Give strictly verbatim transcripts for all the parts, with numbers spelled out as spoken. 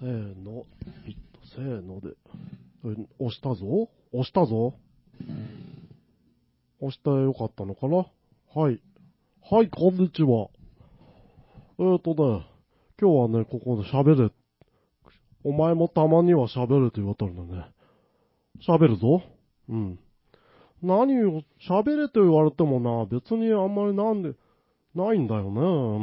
せーの、ピッと、せーので。押したぞ押したぞ押したらよかったのかな。はい。はい、こんにちは。えーとね、今日はね、ここで喋れ。お前もたまには喋れと言われたんだね。喋るぞ。うん。何を、喋れと言われてもな、別にあんまりなんで、ないんだよね。うん。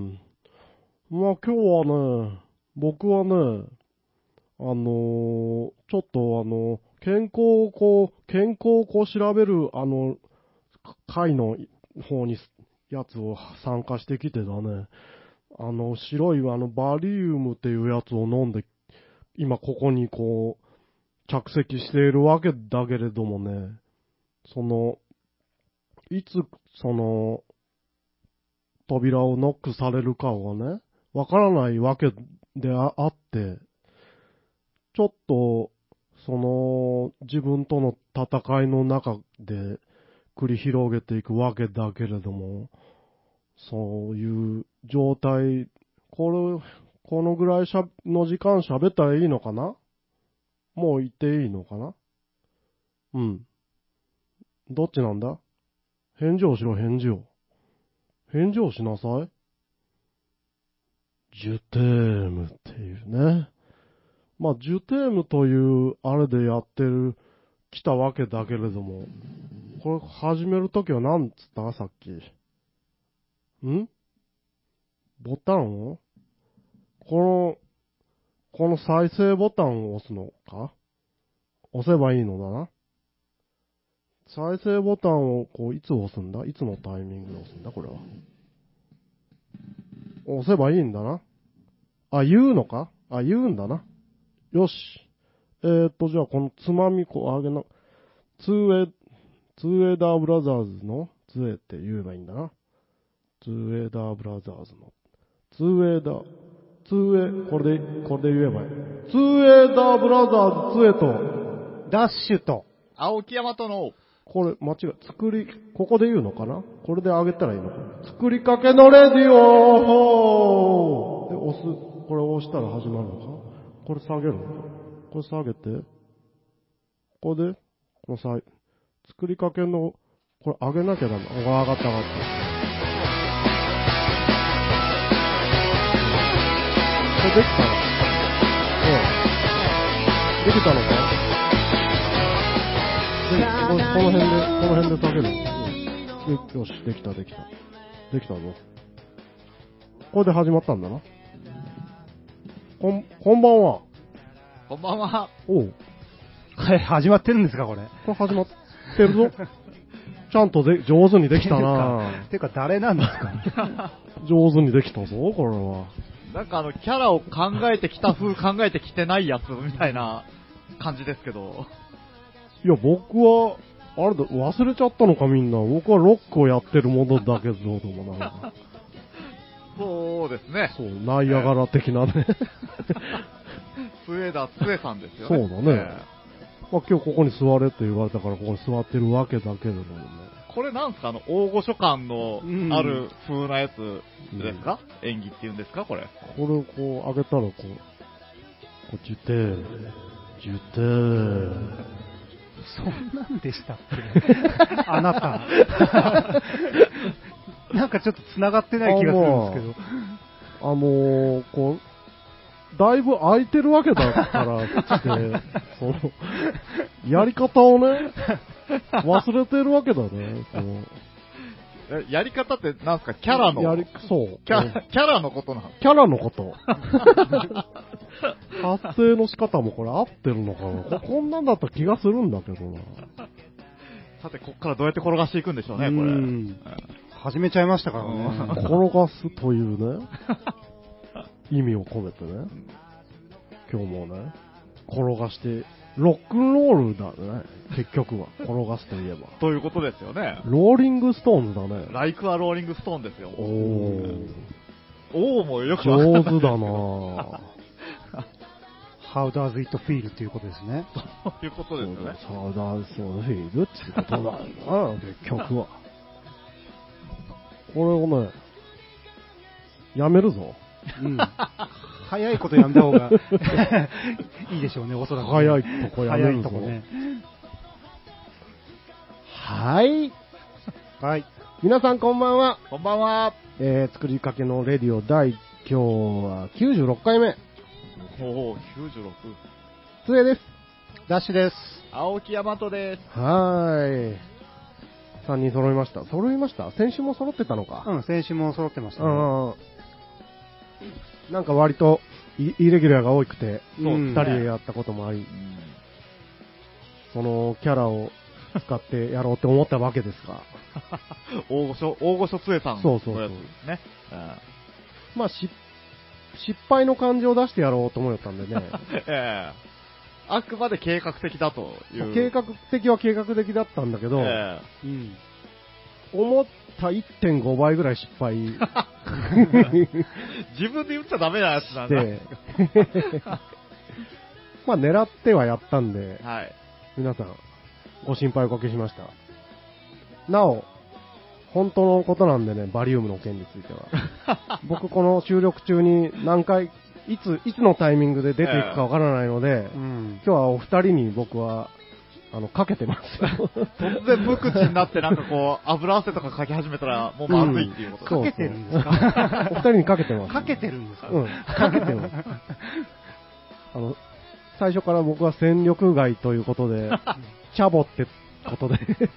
まあ今日はね、僕はね、あのー、ちょっとあの、健康をこう、健康をこう調べる、あの、会の方に、やつを参加してきてだね、あの、白いあの、バリウムっていうやつを飲んで、今ここにこう、着席しているわけだけれどもね、その、いつ、その、扉をノックされるかがね、わからないわけであって、ちょっと、その、自分との戦いの中で繰り広げていくわけだけれども、そういう状態、これ、このぐらいしゃの時間喋ったらいいのかな？もう言っていいのかな？うん。どっちなんだ？返事をしろ、返事を。返事をしなさい。ジュテームっていうね。まあ、ジュテームというあれでやってる、来たわけだけれども、これ始めるときは何つったさっき。んボタンをこの、この再生ボタンを押すのか？押せばいいのだな。再生ボタンをこういつ押すんだ？いつのタイミングで押すんだこれは。押せばいいんだな。あ、言うのか？あ、言うんだな。よし。えーっと、じゃあこのつまみこうあげな、ツーエイ、ツーエイダーブラザーズのツエって言えばいいんだな。ツーエイダーブラザーズの。ツーエイダー、ツーエイ、これで、これで言えばいい。ツーエイダーブラザーズツエと、 ダッシュと、 青木山との、 これ、間違い、作り、ここで言うのかな？これで上げたらいいのかな？作りかけのレディオで、押す、これ押したら始まるのか？これ下げるのか？これ下げて、ここで、このさ、作りかけの、これ上げなきゃダメ。上がった上がった。これできたら、ええ。できたのか？で、このこの辺で、この辺で下げる。よし、できた、できた。できたぞ。これで始まったんだな。こん、こんばんは。 こんばんは。 おう。 はい、始まってるんですか、これ。 これ始まってるぞ。ちゃんとで、上手にできたなてか、誰なんですか上手にできたぞ、これは。 なんかあの、キャラを考えてきた風、考えてきてないやつみたいな感じですけど。 いや、僕は、あれだ、忘れちゃったのかみんな。僕はロックをやってるものだけど、でもなんか。 そうですね。 そう、ナイアガラ的なね。 スウェーダー、スエさんですよね。 そうだね。えー、まあ今日ここに座れって言われたからここに座ってるわけだけれどもね。 これなんすかあの、大御所感のある風なやつですか、うん、演技っていうんですかこれ。 これをこう上げたらこう、こう、ジュテー、ジュテー。 そんなんでしたっけあなた。なんかちょっと繋がってない気がするんですけど。 あ、まあ、あのー、こう、だいぶ空いてるわけだからって、その、やり方をね、忘れてるわけだね。そのやり方ってなんすかキャラのやり、そう。 キャキャラのことなのキャラのこと。発声の仕方もこれ合ってるのかなこんなんだった気がするんだけどな。 さて、こっからどうやって転がしていくんでしょうね、これ。うん、 始めちゃいましたからね。 転がすというね、意味を込めてね、今日もね、転がして、ロックンロールだね、結局は。転がすといえば。 ということですよね。 ローリングストーンズだね。 ライクはローリングストーンですよ。 おー。 おーもよく上手だなぁ。 How does it feel っていうことですね。 そういうことですよね。 How does it feel っていうことだな、結局は。これをね、やめるぞ。 うん。早いことやんだ方がいいでしょうね、おそらく、ね。 早いとこやめるぞ。 早いとこね。 はい。 はい。 皆さんこんばんは。 こんばんは。 えー、作りかけのレディオ第、今日はきゅうじゅうろっかいめ。 おー、きゅうじゅうろく。 つえです。 ダッシュです。 青木大和です。 はーい。さんにん揃いました。揃いました？先週も揃ってたのか。 うん、先週も揃ってましたね。 うん。なんか割とイイレギュラーが多くて、 そうふたりでやったこともあり、うん、そのキャラを使ってやろうって思ったわけですが。 大御所、大御所つえさんのやつですね。 そうそうそう。うん、まあ、し、失敗の感情を出してやろうと思ったんでね。 ええあくまで計画的だという。 計画的は計画的だったんだけど、ええうん、思った いってんご 倍ぐらい失敗。 自分で言っちゃダメなやつなんだ。 まあ狙ってはやったんで、 はい、 皆さんご心配おかけしました。なお、本当のことなんでね、バリウムの件については。僕この収録中に何回、いつ、いつのタイミングで出ていくかわからないので、えーうん、今日はお二人に僕は、あの、かけてます。 突然無口になってなんかこう、油汗とかかき始めたらもうまずいっていうこと、 うん、かけてるんですか？ お二人にかけてます。 かけてるんですか？ うん、かけてます。あの、最初から僕は戦力外ということで、チャボってことで、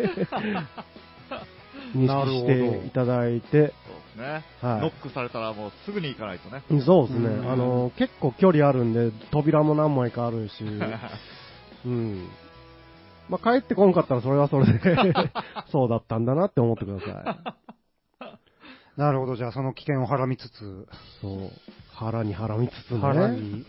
認識していただいて、そうですね、はい、ノックされたらもうすぐに行かないとね。 そうですね、あの結構距離あるんで、扉も何枚かあるし、うん、まあ、帰ってこんかったらそれはそれでそうだったんだなって思ってください。なるほど、じゃあその危険をはらみつつ、 そう腹にはらみつつね。 腹に。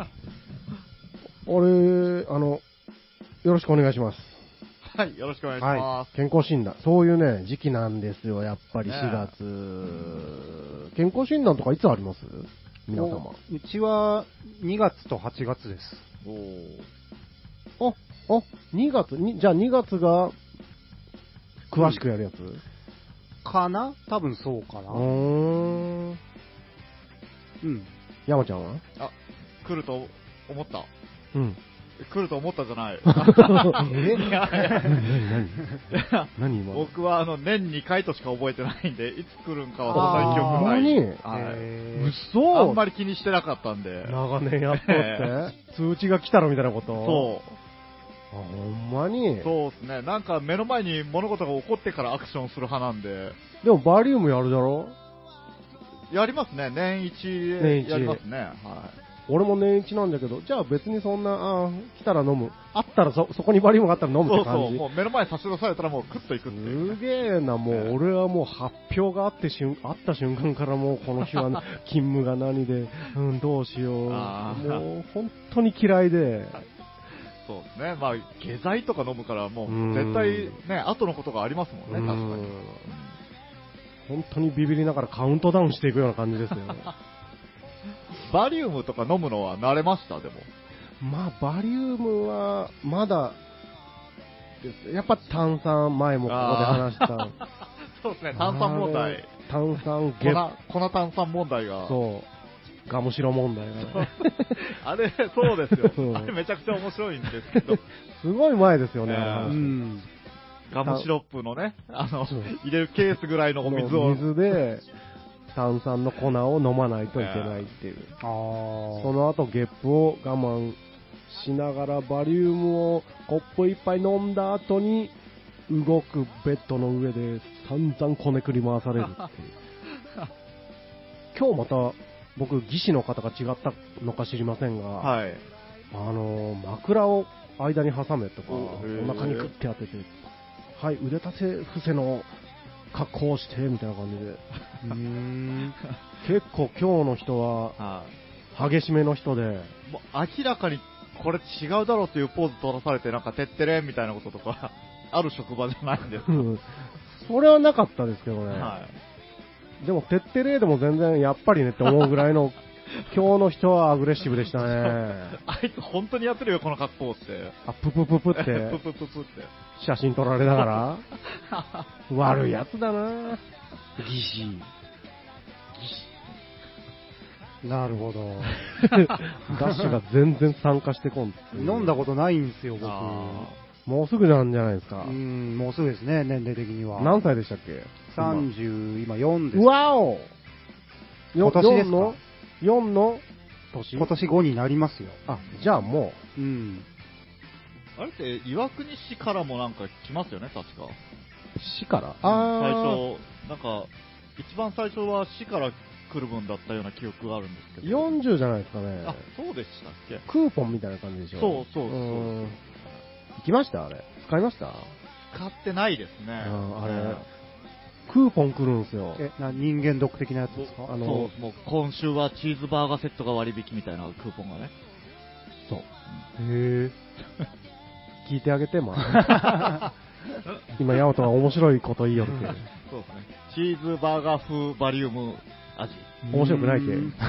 俺あのよろしくお願いします。 はい、よろしくお願いします。 はい、健康診断、そういうね、時期なんですよ、やっぱりしがつ。ね、健康診断とかいつあります？皆様。 うちはにがつとはちがつです。 おあ、あ、にがつ、にじゃあにがつが詳しくやるやつ、うん、 かな？多分そうかな。うーん。 うん。山ちゃんは？ あ、来ると思った。 うん。 来ると思ったじゃない。 え？何何今？ 僕はあの年にかいとしか覚えてないんで、いつ来るんかはそんなに記憶ない。 何？嘘？ あんまり気にしてなかったんで。 長年やっとって通知が来たろみたいなこと？ そう。 あ、ほんまに？ そうですね。なんか目の前に物事が起こってからアクションする派なんで。 でもバリウムやるだろ？ やりますね。年一でやりますね。はい。 俺も年一なんだけど、じゃあ別にそんな、あ来たら飲む。あったらそ、そこにバリウムがあったら飲むって感じ。 そうそう、もう目の前差し出されたらもうクッといくっていう。 すげえな、もう俺はもう発表があってしゅあった瞬間からもうこの日は勤務が何で、うん、どうしよう。もう本当に嫌いで。 そうですね。まあ、下剤とか飲むからもう絶対ね、後のことがありますもんね、確かに。 本当にビビりながらカウントダウンしていくような感じですよ。 バリウムとか飲むのは慣れました？でも。 まあ、バリウムはまだです。やっぱ炭酸、前もここで話した。 そうですね、炭酸問題。 炭酸ゲッ粉、粉炭酸問題が。 そう。ガムシロ問題が、ね。 あれ、そうですよ。うん、あれめちゃくちゃ面白いんですけど。 すごい前ですよね、 うん、ガムシロップのね、あの、入れるケースぐらいのお水を。 水で、炭酸の粉を飲まないといけないっていう。あその後ゲップを我慢しながらバリウムをコップ一杯飲んだ後に動くベッドの上で散々こねくり回されるっていう。今日また僕技師の方が違ったのか知りませんが、はい、あの枕を間に挟めとかお腹にグッて当てて、はい、腕立て伏せの格好をしてみたいな感じでうーん結構今日の人は激しめの人で、 もう明らかにこれ違うだろうというポーズ取らされて、なんかてってれみたいなこととかある職場じゃないんですか？ それはなかったですけどね、はい、でもてってれでも全然やっぱりねって思うぐらいの今日の人はアグレッシブでしたね。 あいつ本当にやってるよこの格好って。 あ、ププププってププププって写真撮られながら悪いやつだな、技師。 なるほど。 ダッシュが全然参加してこん。 飲んだことないんですよ、僕。 あもうすぐなんじゃないですかう。ん、もうすぐですね、年齢的には。 何歳でしたっけ？ さんじゅう、今よんです。 うわお今年ですか？ よんの ?よん の年今年ごになりますよ。 あ、じゃあもうん。 あれって岩国市からもなんか来ますよね、確か。 う、市から最あ初、なんか、一番最初は市から来る分だったような記憶があるんですけー、 ど。 よんじゅうじゃないですかね。 あ、そうでしたっけ？ クーポンみたいな感じでしょ。 そうそうそうーん行きましたあれ。使いました使ってないですね。 うんあれクーポン来るんですよ。 え、な、人間ドック的なやつですか？ あの、 あのそう、もう今週はチーズバーガーセットが割引みたいなクーポンがね。 そう。 へえ。 聞いてあげて、まあ。今、ヤマトが面白いこと言いよるけ。 そうですね。チーズバーガー風バリウム味。 面白くないけうーん。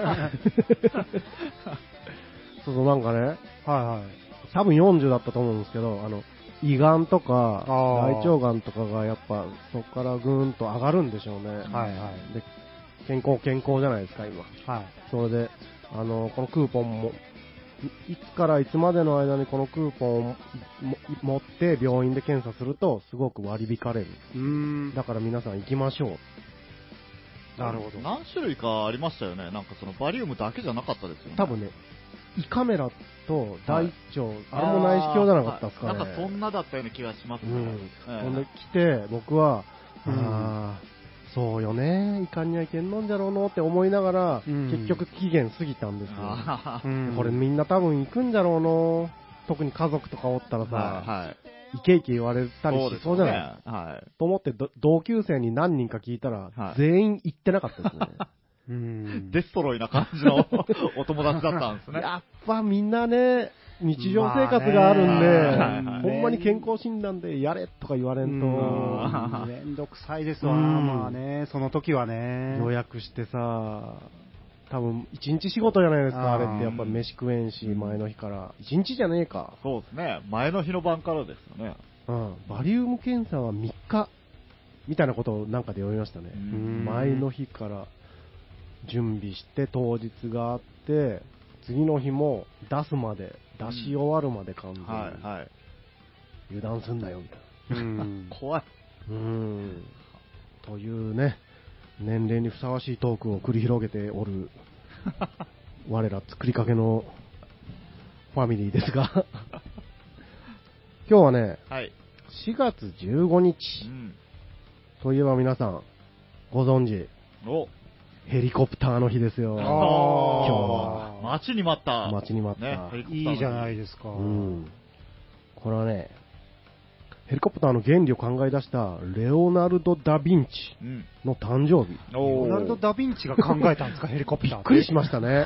そうそう、なんかね、 はいはい。 多分よんじゅうだったと思うんですけど、あの、胃がんとか、 あー大腸がんとかがやっぱ、そこからぐーんと上がるんでしょうね。 はいはい。 で、健康健康じゃないですか、今。 はい。 それで、あの、このクーポンも、いいつからいつまでの間にこのクーポンをも持って病院で検査するとすごく割り引かれる。 うーん。 だから皆さん行きましょう。 なるほど。 何種類かありましたよね。なんかそのバリウムだけじゃなかったですよね。 多分ね、胃カメラと大腸、あれも内視鏡じゃなかったですかね。 なんかそんなだったような気がしますね。 うん。 ええほんで来て、僕は、 うんああ、そうよね、いかんにはいけんのんじゃろうのって思いながら、 うん結局期限過ぎたんですよ。 あーうんこれみんな多分行くんじゃろうの、特に家族とかおったらさ、 はいはい。 イケイケ言われたりしそうじゃないそうですね。はい。 と思ってど同級生に何人か聞いたら、 はい全員行ってなかったですね。 うーん。 デストロイな感じのお友達だったんですね。 やっぱみんなね、日常生活があるんで、 まあねはいはいほんまに健康診断でやれとか言われんと、 うんめんどくさいですわ、 うんまあね、その時はね。 予約してさ、多分一日仕事じゃないですか、ああーれってやっぱ飯食えんし、前の日から。一日じゃねえか。 そうですね。前の日の晩からですよね。 うん。バリウム検査はみっか、みたいなことをなんかで読みましたね。 うん前の日から準備して当日があって、次の日も出すまで、出し終わるまで完全にはいはい。 油断すんなよみたいうん怖い。 な。うーん。というね、年齢にふさわしいトークを繰り広げておる、我ら作りかけのファミリーですが、今日はね、 はい。 しがつじゅうごにちうん。 といえば皆さんご存知、 お、 ヘリコプターの日ですよ。 あー今日は。 待ちに待った。 待ちに待ったね、ヘリコプターのいいじゃないですか。 うん。これはね、ヘリコプターの原理を考え出したレオナルド・ダ・ヴィンチうん。 の誕生日。 レおオナルド・ダ・ヴィンチが考えたんですか、ヘリコプター。 びっくりしましたね。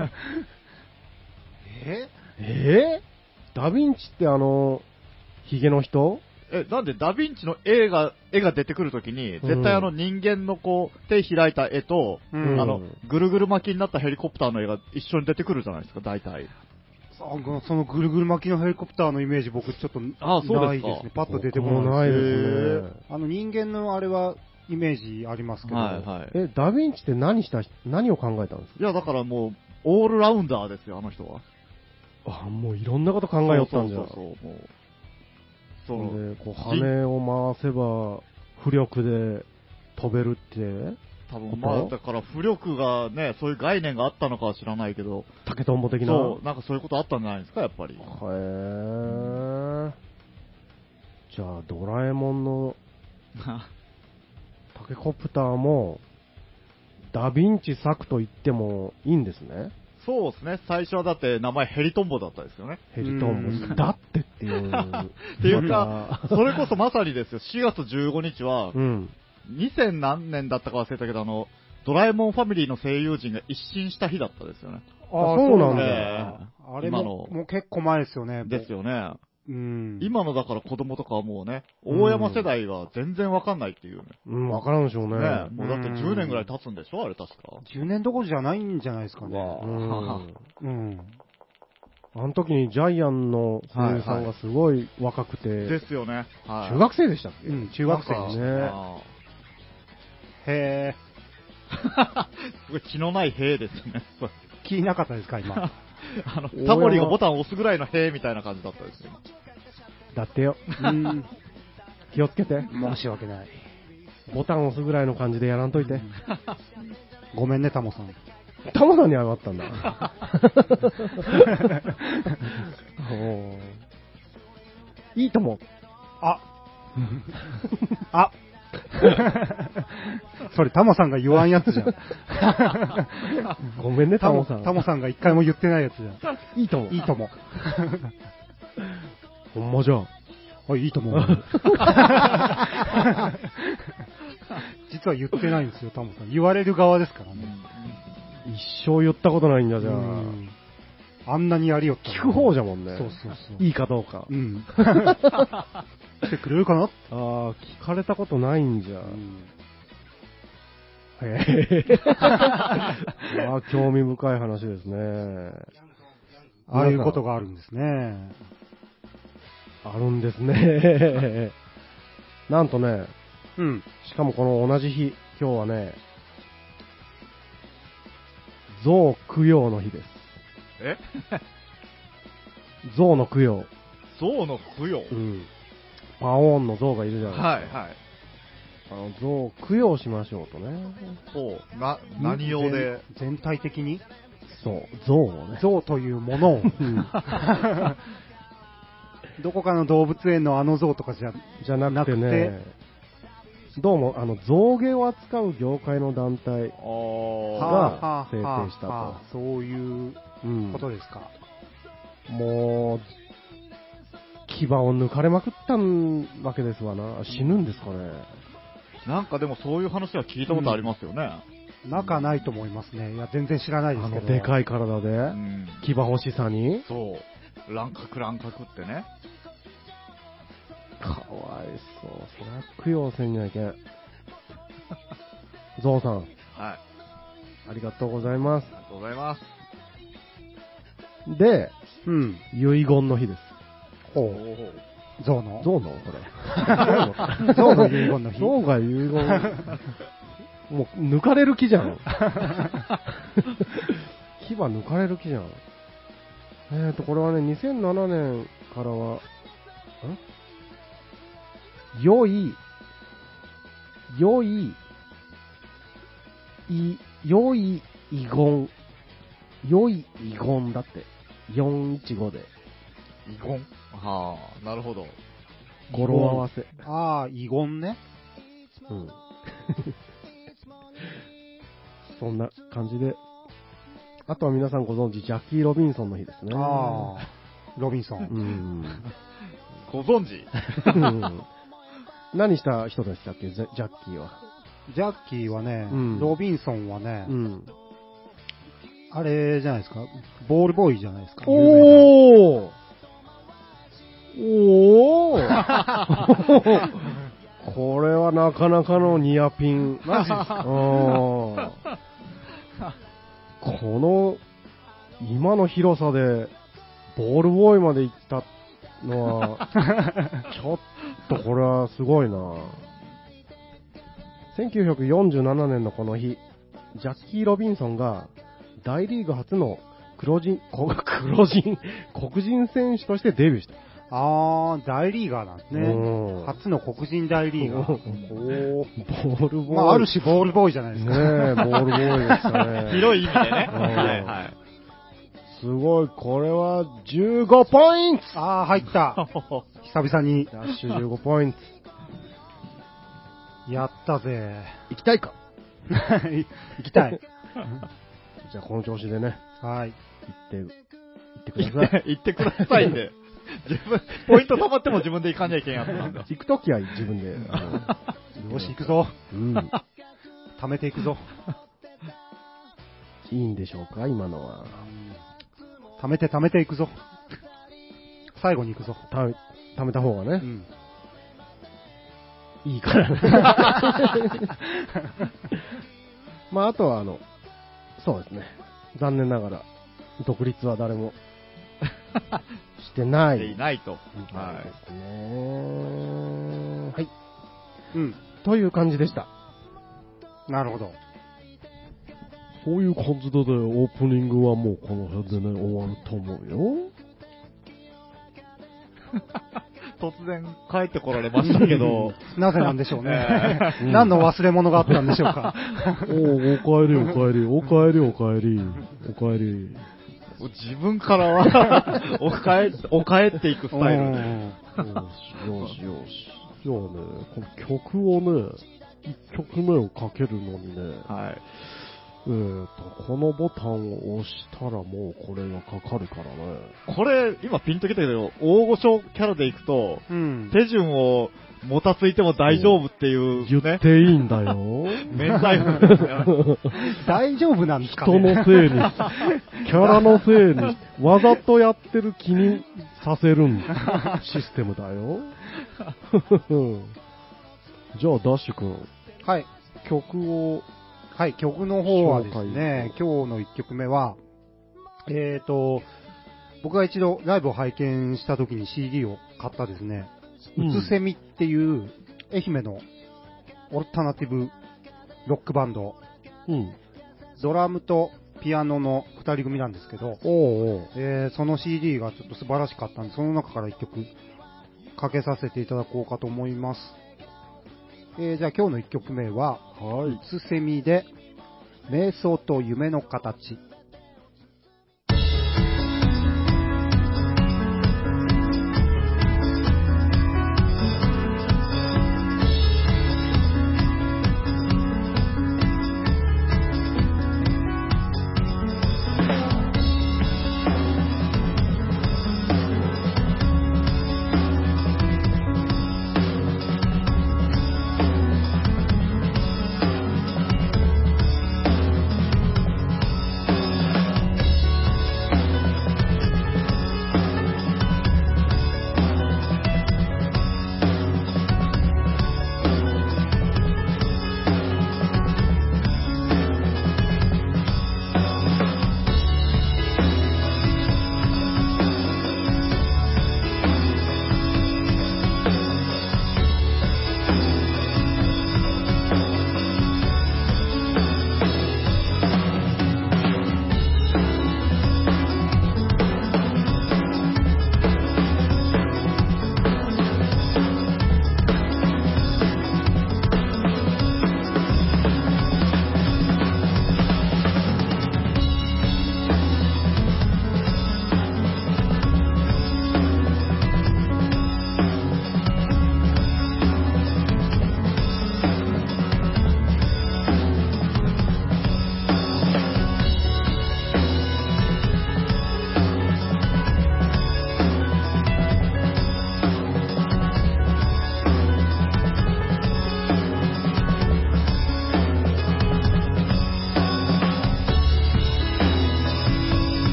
ええー、ダ・ヴィンチってあの、ヒゲの人え、なんでダヴィンチの絵が、絵が出てくるときに、絶対あの人間のこう、手開いた絵と、 うんあの、ぐるぐる巻きになったヘリコプターの絵が一緒に出てくるじゃないですか、大体。 そそのぐるぐる巻きのヘリコプターのイメージ、僕ちょっとあそうですかないですね。パッと出てこ僕もないです。 ないですね。 あの人間のあれはイメージありますけど、 はいはい。 え、ダ・ヴィンチって何した人、何を考えたんですいや、だからもう、オールラウンダーですよ、あの人は。 かあ、もういろんなこと考えよったんじゃん。 そうそうそうそう、もう。そほの、 んで、こう羽を回せば、浮力で飛べるって、 多分まあ、だから浮力がね、そういう概念があったのかは知らないけど、 竹とんぼ的な。 そう、なんかそういうことあったんじゃないですか、やっぱり。 へー。じゃあ、ドラえもんのタケコプターも、ダヴィンチ作と言ってもいいんですね。 そうですね、最初はだって名前ヘリトンボだったですよね。 ヘリトンうんボ。だってっていう。 っていうか、それこそまさにですよ、しがつじゅうごにちは、 うん。 にせん何年だったか忘れたけど、あの、ドラえもんファミリーの声優陣が一新した日だったですよね。 あそうなんだねあれ今ものもう結構前ですよね。 ですよね。 うん。 今のだから子供とかはもうね、 うん大山世代は全然わかんないっていうね。 うん、わからんでしょうね。 ねもうだってじゅうねんぐらい経つんでしょあれ確か。 じゅうねんどころじゃないんじゃないですかね。 わうん。 うん。 あの時にジャイアンの声優さんがすごい若くて、 ですよね。はい。 中学生でしたっけ、 うん、中学生なんかねあへすごい気のない兵ですね。 気なかったですか、今。 あの、タモリがボタンを押すぐらいの兵みたいな感じだったですよ。 だってよ。うん。気をつけて。 申し訳ない。 ボタン押すぐらいの感じでやらんといて。 ごめんね、タモさん。 タモさんに謝ったんだ。おいいとも。 ああそれタモさんが言わんやつじゃん。 ごめんね、タモさん。 タモさんが一回も言ってないやつじゃん。 いいとも。 いいとも。 ほんまじゃん。 あ、いいとも。実は言ってないんですよ、タモさん。言われる側ですからね。 一生言ったことないんだじゃあ。 あんなにやりよった。 聞く方じゃもんね。 そうそうそう。 いいかどうか。 うん。来てくれるかな。ああ、聞かれたことないんじゃ。うん、へえ。あ、興味深い話ですね。 ああいうことがあるんですね。 あるんですね。なんとね、 うん。 しかもこの同じ日、今日はね、象供養の日です。 え象の供養。 象の供養、 うん。パオーンの象がいるじゃないですか。 はいはい。 あの象を供養しましょうとね。 そう。な、何用で全体的にそう、象をね。 象というものを。どこかの動物園のあの象とかじゃ、 じゃなくてね、どうも、あの、象牙を扱う業界の団体が制定したと。 そういうことですか。 うん、もう、牙を抜かれまくったわけですわな。死ぬんですかね。 なんかでもそういう話は聞いたことありますよね。 うん、仲ないと思いますね。いや、全然知らないですけど。 あの、でかい体で、うん、牙欲しさに。 そう。乱獲乱獲ってね。 かわいそう。そりゃ供養せんにゃいけん。ゾウさん。 はい。 ありがとうございます。 ありがとうございます。 で、 うん。 遺言の日です。 ほう。ゾウのゾウのこれ。ゾウの遺言の日。 ゾウが遺言。もう抜かれる気じゃん。牙抜かれる気じゃん。えーと、これはね、にせんななねんからは、ん良い、良い、い、良い遺言、良い遺言だって。よんいちごで。 遺言はあ、なるほど。 語呂合わせ。 ああ、遺言ね。 うん。そんな感じで。あとは皆さんご存知、ジャッキー・ロビンソンの日ですね。 ああ、ロビンソン。 うん。 ご存知何した人でしたっけ、ジャッキーは。 ジャッキーはね、うん、ロビンソンはね、うん、あれじゃないですか、ボールボーイじゃないですか。 おーおーこれはなかなかのニアピン。 マジですか。 この、今の広さで、ボールボーイまで行ったのは、ちょっとこれはすごいな。せんきゅうひゃくよんじゅうななねんのこの日、ジャッキー・ロビンソンが大リーグ初の黒人、黒人、黒人選手としてデビューした。 あー、大リーガーなんですね。初の黒人大リーガー。 おー、ボールボーイ。 まあ、ある種ボールボーイじゃないですか。 ねえ、ボールボーイでしたね。 広い意味でね。はいはい。 すごい、これはじゅうごポイント。 あー、入った。久々に。 ダッシュじゅうごポイント。 やったぜ。 行きたいか行きたい。 じゃあこの調子でね。 はい。 行って、行ってください。 行ってくださいね。自分、ポイント溜まっても自分で行かなきゃいけんやつなんだ。 行くときは自分で。 よし、行くぞ。 うん。 貯めていくぞ。 いいんでしょうか、今のは。 貯めて貯めていくぞ。最後に行くぞ。 た、貯めた方がね。 うん。 いいからね。まあ、あとは、あの、そうですね。残念ながら、独立は誰もしてない。 していないと。 はいですね。はい。 うん。 という感じでした。 なるほど。 そういう感じでね、オープニングはもうこの辺でね、終わると思うよ。 突然帰ってこられましたけど。 なぜなんでしょうね。 うん、 何の忘れ物があったんでしょうか。 おお、おかえりおかえり、おかえりおかえり、おかえり。 自分からはおかえ、おかえっていくスタイル。 よしよしよし。じゃあね、この曲をね、いっきょくめをかけるのにね、 はい。 えーと、このボタンを押したらもうこれがかかるからね。 これ、今ピンときたけど、大御所キャラでいくと、 うん、 手順をもたついても大丈夫っていう、ね、 言っていいんだよ。 免罪符ですよ。 大丈夫なんですかね。 人のせいに、キャラのせいに、わざとやってる気にさせるんシステムだよ。じゃあ、ダッシュ君。 はい。 曲を、 はい、曲の方はですね、今日のいっきょくめは、えーと、僕が一度ライブを拝見した時に シーディー を買ったですね、うつせみっていう愛媛のオルタナティブロックバンド、 うん、 ドラムとピアノのふたり組なんですけど、 おうおうえー、その シーディー がちょっと素晴らしかったんで、その中からいっきょくかけさせていただこうかと思います。えー、じゃあ今日のいっきょくめは、 はい、 うつせみで瞑想と夢の形。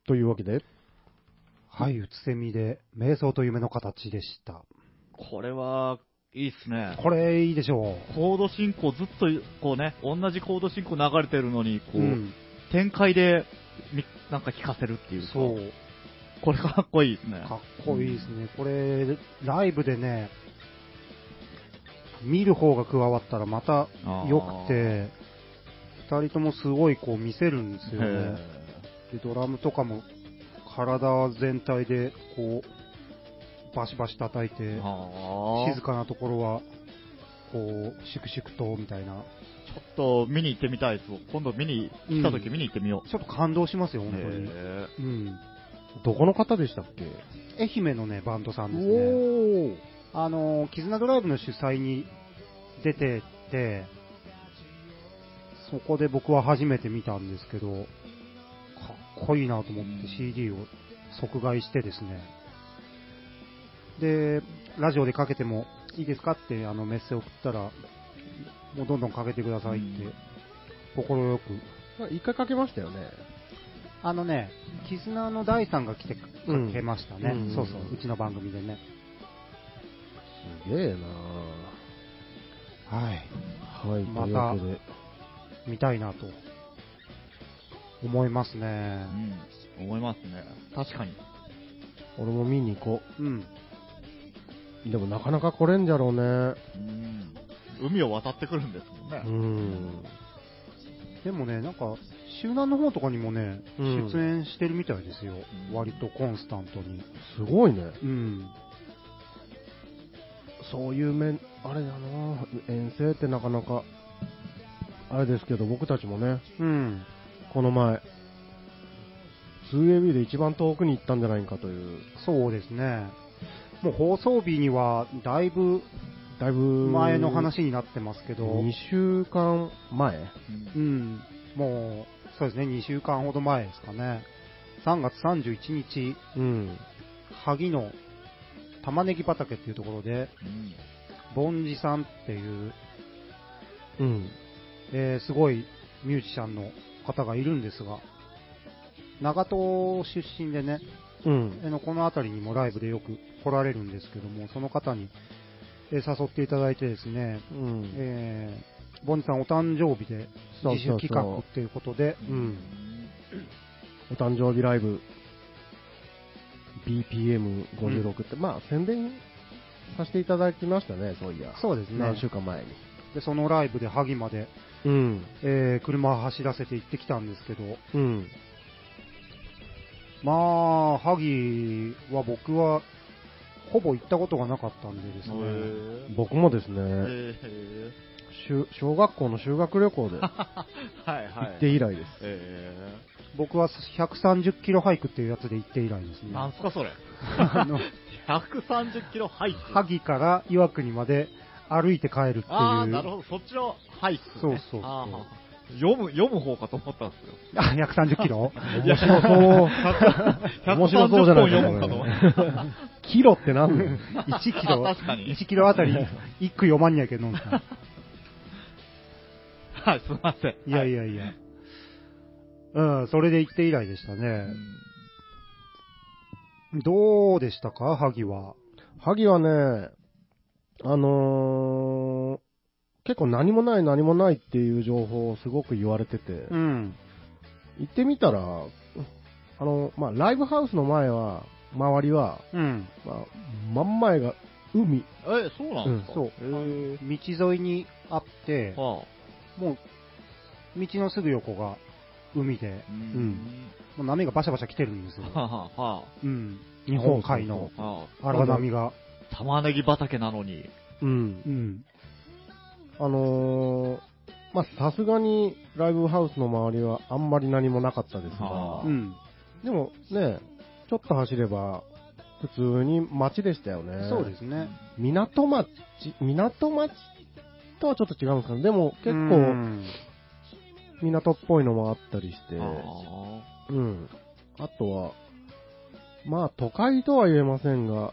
というわけで、 はい、うつせみで、瞑想と夢の形でした。 これは、いいっすね。 これいいでしょう。 コード進行ずっと、こうね、同じコード進行流れてるのに、こう、 うん、 展開で、みなんか聞かせるっていうか。 そう。 これかっこいいですね。 かっこいいですね。これ、ライブでね、見る方が加わったらまた良くて、二人ともすごいこう見せるんですよね。で、ドラムとかも体全体でこう、バシバシ叩いて、静かなところは、こう、粛々とみたいな。 ちょっと見に行ってみたいです。今度見に来た時見に行ってみよう。 うん、ちょっと感動しますよ、本当に。うん。 どこの方でしたっけ？ 愛媛のね、バンドさんですね。 おあの、絆ドライブの主催に出てて、そこで僕は初めて見たんですけど、かっこいいなと思って シーディー を即買いしてですね。で、ラジオでかけてもいいですかってあのメッセ送ったら、もうどんどんかけてくださいって、心よく。 一回かけましたよね。 あのね、絆の大さんが来てかけましたね。 うん、 そうそう、うちの番組でね。 すげえなはい。 はい、 また、見たいなと、思いますね。 うん、思いますね。確かに。 俺も見に行こう。うん。 でもなかなか来れんじゃろうね。 うん。海を渡ってくるんですもんね。 うん。 でもね、なんか、周南の方とかにもね、うん、出演してるみたいですよ。うん、割とコンスタントに。 すごいね。 うん。 そういう面、あれだな、遠征ってなかなか、あれですけど、僕たちもね、 うん、 この前、ツーエービー で一番遠くに行ったんじゃないかという。 そうですね。もう放送日には、だいぶ、 だいぶ前の話になってますけど、 にしゅうかんまえ、 うん、もう、そうですね、にしゅうかんほど前ですかね。さんがつさんじゅういちにち、 うん、 萩の玉ねぎ畑っていうところで、うん、ボンジさんっていう、 うん、 えー、すごいミュージシャンの方がいるんですが、長門出身でね、 うん、 あのこの辺りにもライブでよく来られるんですけども、その方に、えー、誘っていただいてですね、うん、えー、ボンジさんお誕生日で自主企画っていうことで、 うん、お誕生日ライブ ビーピーエムごじゅうろく って、うん、まあ宣伝させていただきましたね、そういや。 そうですね。 何週間前に。 で、そのライブで萩まで、 うん、 えー、車を走らせて行ってきたんですけど、 うん、 まあ、萩は僕はほぼ行ったことがなかったんでですね。 僕もですね、小学校の修学旅行で行って以来です。 僕はひゃくさんじゅっキロハイクっていうやつで行って以来ですね。 なんすかそれ。あのひゃくさんじゅっキロハイク。 萩から岩国まで歩いて帰るっていう。ああ、なるほど、そっちのハイク、ね。 そうそうそう。 読む、読む方かと思ったんですよ。 あ、ひゃくさんじゅっキロ面白そう。面白そうじゃないですか、ね。キロって何の ? いち キロ。 確かに。 いちキロあたりいっ句読まんにゃけどんさ。 はい、すみません。 いやいやいや。うん、それで行って以来でしたね。どうでしたか、萩は。 萩はね、あのー、結構何もない何もないっていう情報をすごく言われてて、 うん、 行ってみたら、あの、まあ、ライブハウスの前は、周りは、 うん、 まあ、真ん前が海。 え、そうなんですか、 うん、そう。道沿いにあって、はあ、もう、道のすぐ横が海で、うん、もう波がバシャバシャ来てるんですよ。はあはあ、うん、日本海の荒波が。 玉ねぎ畑なのに。 うん。うん。あのー、まあ、さすがにライブハウスの周りはあんまり何もなかったですが、うん、でもね、ちょっと走れば普通に街でしたよね。 そうですね。 港町、港町とはちょっと違うんですけど、でも結構港っぽいのもあったりして、うん。あとは、まあ都会とは言えませんが、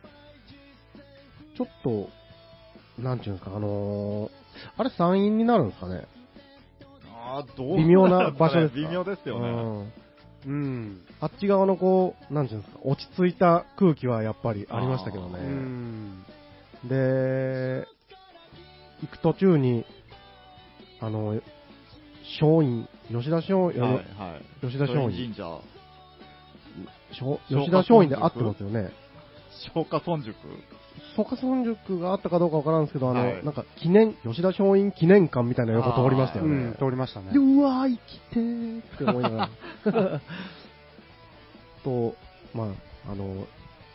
ちょっと、なんちゅうんですか、あのー、あれ山陰になるんですかね。 ああ、どう微妙な場所ですか。 微妙ですよね。 うん。 あっち側のこう、なんていうんですか、落ち着いた空気はやっぱりありましたけどね。 うん。 で、行く途中に、あの、松陰、吉田松陰、 はい、はい。 吉田松陰。 神社。 松吉田松陰で合ってますよね。 松下村塾。 松下村塾があったかどうかわからんですけど、あの、 はいなんか記念、吉田松陰記念館みたいな横通りましたよね。 うん、通りましたね。 で、うわー、生きてーって思いながら。と、まあ、あの、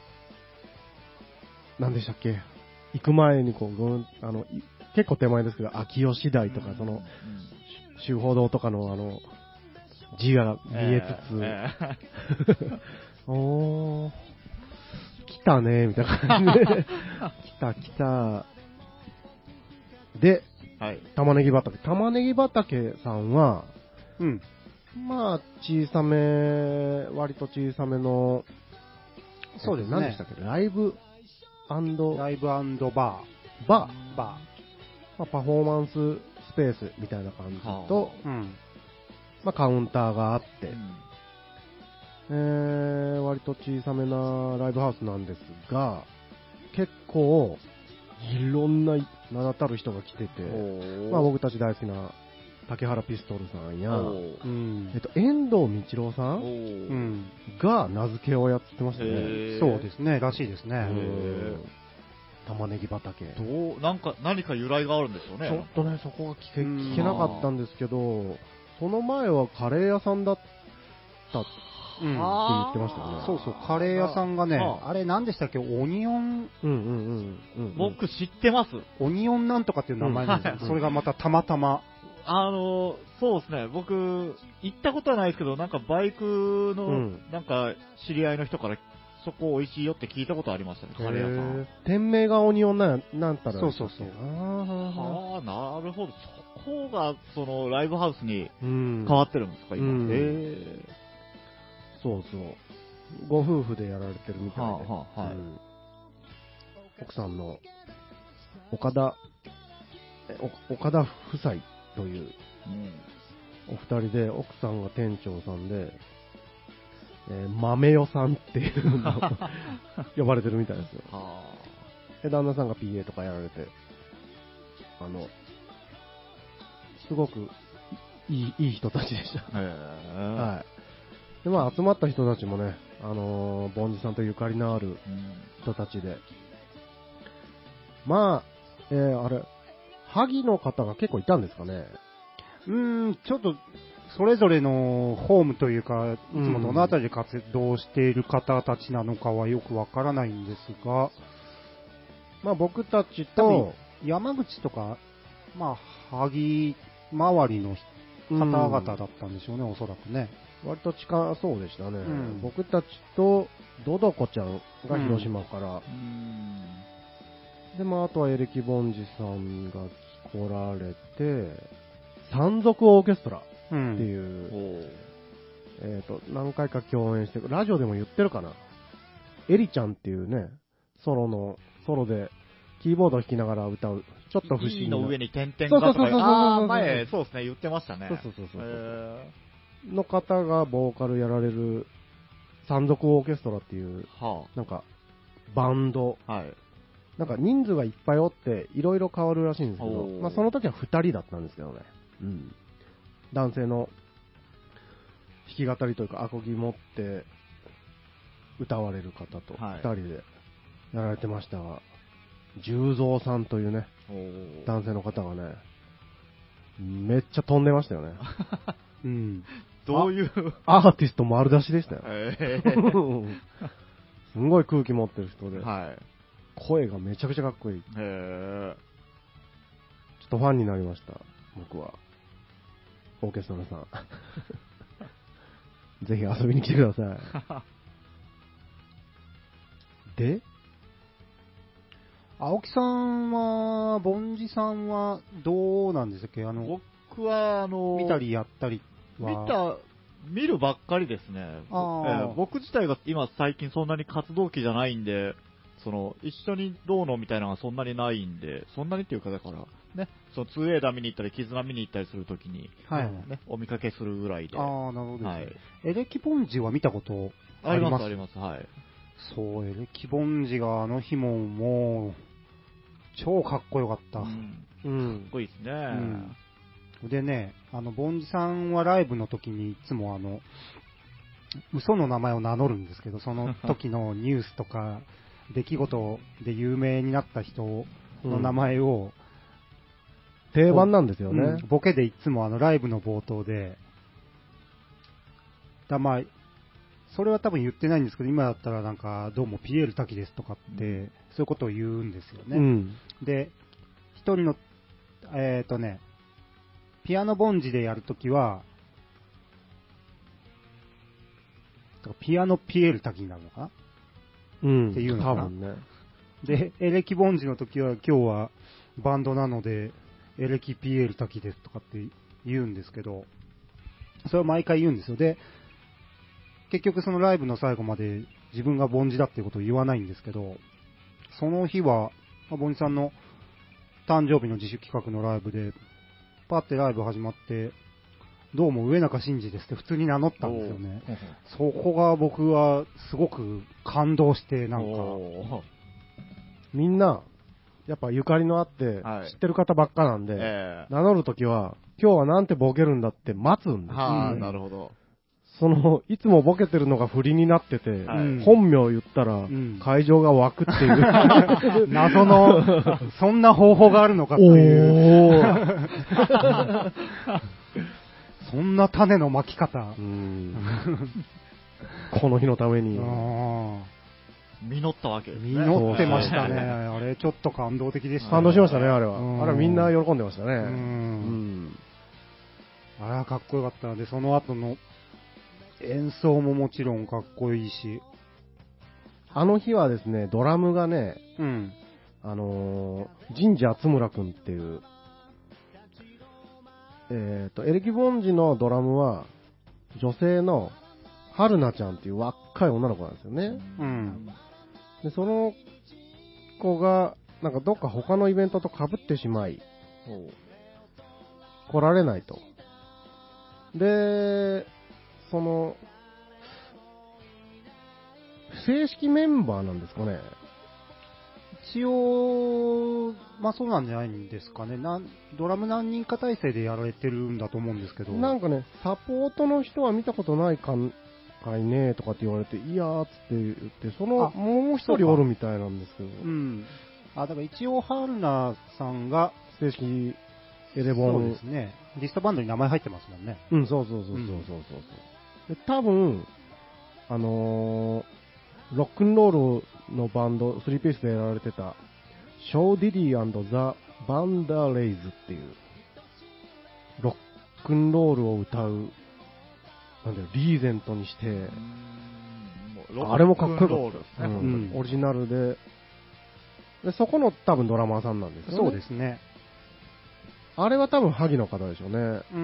何でしたっけ、行く前にこう、ぐんあの、い結構手前ですけど、秋吉台とか、その、修法堂とかのあの、字が見えつつ、 えーえおー、来たね、みたいな感じで、来た来た。で、 ーはい。 玉ねぎ畑。玉ねぎ畑さんは、 うん。 まあ、小さめ、割と小さめの、 そうですね。 何でしたっけ、ライブライブバー。 バー、 バまー。 あ、パフォーマンススペースみたいな感じと、 うん。 まあ、カウンターがあって、 うんえー、割と小さめなライブハウスなんですが、結構、いろんな名だたる人が来てて、まあ、僕たち大好きな竹原ピストルさんや、 うん。 えっと、遠藤道郎さおんーうん。 が名付けをやってましたね。 へーそうですね、らしいですうね。 ん玉ねぎ畑。 どう、なんか、何か由来があるんでしょうね。 ちょっとね、そこが聞けうん聞けなかったんですけど、その前はカレー屋さんだったってうん。 言ってましたよね。 そうそう、カレー屋さんがね、 ああれ何でしたっけ、オニオン、 うんうんうんうん。 僕知ってます。 オニオンなんとかっていう名前なんですよ。 うんそれがまたたまたま。 あの、そうですね、僕、行ったことはないですけど、なんかバイクの、 うんなんか、知り合いの人から、そこ美味しいよって聞いたことありましたね、カレー屋さん。 へー店名がオニオンなんなんたらそうそうそうあーはあ、なるほど。そこが、その、ライブハウスにうん変わってるんですか、今。 うんへえ。 そうそう。ご夫婦でやられてるみたいで。 はあはあはいうん奥さんの岡田、えお岡田夫妻といううん。 お二人で、奥さんが店長さんで、えー豆代さんっていうのを呼ばれてるみたいですよ。 はで、旦那さんが ピーエー とかやられて、あの、すごくいいいい人たちでした。 あ。へえ。 はい。で、まあ、集まった人たちもね、あのー、ボンジさんとゆかりのあるうん人たちで、まあ、えー、あれ、萩の方が結構いたんですかね。 うーん、ちょっと、それぞれのホームというか、いつもどのあたりで活動している方たちなのかはよくわからないんですが、 まあ、僕たち多と分、山口とか、まあ、萩周りの方々だったんでしょうね、おそらくね。 割と近そうでしたね。 ん僕たちとドドコちゃんが広島から、 うん。 で、まあ、あとはエレキボンジさんが来られて、山賊オーケストラってうん。 いう、 おうえっ、と、何回か共演して、ラジオでも言ってるかな。エリちゃんっていうね、ソロの、ソロで、キーボードを弾きながら歌う、ちょっと不思議 E な。 の上に点々がとか、 そうそうそうそうそうああ、前、そうですね、言ってましたね。 そうそうそうそうへの方がボーカルやられる、山賊オーケストラっていう、 ーはなんか、バンド、 あ。はい。 なんか人数がいっぱいおって、いろいろ変わるらしいんですけどお、ーまあその時はふたりだったんですけどね。うん。男性の弾き語りというか、アコギ持って歌われる方とはいふたりでやられてましたが、十三さんというね、 おー男性の方がね、めっちゃ飛んでましたよね。 うん。 どういう、 アーティスト丸出しでしたよ。 えすんごい空気持ってる人でー、、はい。 声がめちゃくちゃかっこいい。ちょへっとファンになりました、僕は。オーケストラさん。ぜひ遊びに来てください。で、 青木さんは、ボンジさんは、どうなんですっけあーの、 僕は、あの、 見たりやったり見は。 た、見るばっかりですね。 あーえー僕自体が今最近そんなに活動期じゃないんで、 その、一緒にどうのみたいなのがそんなにないんで、そんなにっていうか、だから、ね、その ツーエー ダー見に行ったり、絆見に行ったりするときに、 はいね、お見かけするぐらいで。 ああ、なるほどですね。 はい。 エレキボンジは見たことあります、あります、はい。 そう、エレキボンジがあの日ももう、超かっこよかった。うん。 うん、かっこいいですね。 うん。でね、あの、ボンジさんはライブの時にいつもあの、嘘の名前を名乗るんですけど、その時のニュースとか、出来事で有名になった人の名前を、うん、 定番なんですよね、うん。 ボケでいつもあのライブの冒頭で、だまあ、それは多分言ってないんですけど、今だったらなんか、どうもピエール滝ですとかって、うん、そういうことを言うんですよね。うん、で、一人の、えっ、ー、とね、ピアノボンジでやるときは、ピアノピエール滝になるのかな、うん、っていうのかな。多分ね。で、エレキボンジのときは、今日はバンドなので、エレキピエール滝ですとかって言うんですけど、それは毎回言うんですよ。で、結局そのライブの最後まで自分がボンジだっていうことを言わないんですけど、その日は、ボンジさんの誕生日の自主企画のライブで、パってライブ始まって、どうも上中真司ですって普通に名乗ったんですよね。そこが僕はすごく感動して、なんか、 みんな、やっぱゆかりのあって、知ってる方ばっかなんで、はいえー、名乗るときは、今日はなんてボケるんだって待つんですよ、ね。 はあ、なるほど。 その、いつもボケてるのが振りになってて、はい、本名言ったら、会場が湧くっていう。 うん、謎の、そんな方法があるのかっていう。そんな種の巻き方。うんこの日のために。 実ったわけですね。 実ってましたね。あれ、ちょっと感動的でしたね。 感動しましたね、あれは。あれはみんな喜んでましたね。うんうん、 あれはかっこよかったので、その後の演奏ももちろんかっこいいし。 あの日はですね、ドラムがね、うん、あのー、神社敦村くんっていう、えっと、エレキボンジのドラムは、女性の春菜ちゃんっていう若い女の子なんですよね。うん。で、その子が、なんかどっか他のイベントと被ってしまい、来られないと。で、その、正式メンバーなんですかね。 一応、まあそうなんじゃないんですかね。なんドラム何人か体制でやられてるんだと思うんですけど。 なんかね、サポートの人は見たことないかかいねとかって言われて、いやーっつって言って、そのもう一人おるみたいなんですけど。 うん。あ、だから一応、ハルナさんが正式エレボン。 そうですね。リストバンドに名前入ってますもんね。 うん、そうそうそうそうそうそうそう、うん。で、多分、あのー、ロックンロールのバンド、スリーピースでやられてた、ショー・ディディ&ザ・バンダーレイズっていう、ロックンロールを歌う、なんだよ、リーゼントにして、あれもかっこよかった、うんうん、オリジナルで、で、そこの多分ドラマーさんなんですよね。 そうですね。 あれは多分萩の方でしょうね。うん。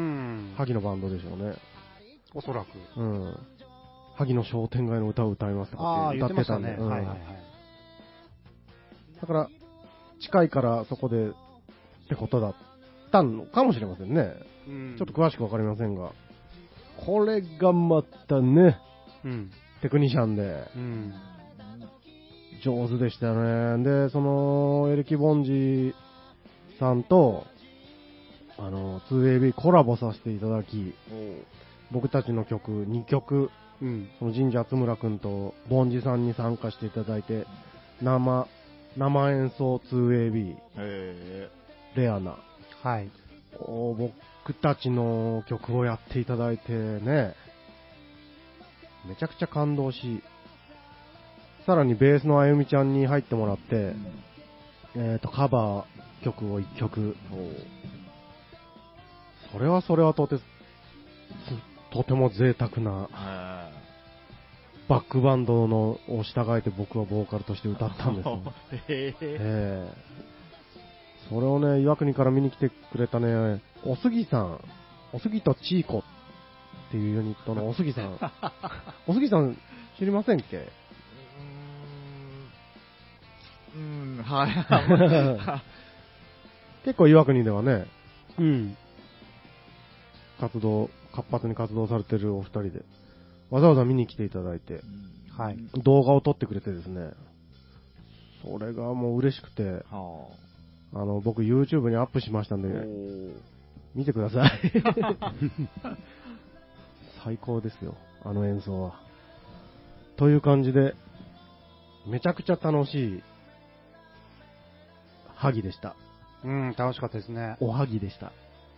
萩のバンドでしょうね。 おそらく。 うん。萩の商店街の歌を歌いますとかって歌ってたんで。ね、うん、はいはいはい。だから、近いからそこでってことだったのかもしれませんね。うん、ちょっと詳しくわかりませんが。これがまたね、うん、テクニシャンで、うん、上手でしたよね。で、その、エレキボンジさんと、あの、ツーエービー コラボさせていただき、僕たちの曲にきょく、うん、その神社津村くんとボンジさんに参加していただいて、生、生演奏 ツーエービー、へーレアな、はい、僕たちの曲をやっていただいてね、めちゃくちゃ感動し、さらにベースのあゆみちゃんに入ってもらって、うん、えっと、カバー曲をいっきょく、それはそれはとて、とても贅沢な、バックバンドのを従えて僕はボーカルとして歌ったんですよ。へえー、それをね、岩国から見に来てくれたね、おすぎさん、おすぎとチーコっていうユニットのおすぎさん。おすぎさん知りませんっけ？ はい。 結構岩国ではね、 うん。 活動、活発に活動されてるお二人で、わざわざ見に来ていただいて、 はい。 動画を撮ってくれてですね、それがもう嬉しくて、 はあの、僕 YouTube にアップしましたんあ。 で、 おー見てください。最高ですよ、あの演奏は。という感じで、めちゃくちゃ楽しい、萩でした。 うん、楽しかったですね。 おはぎでした。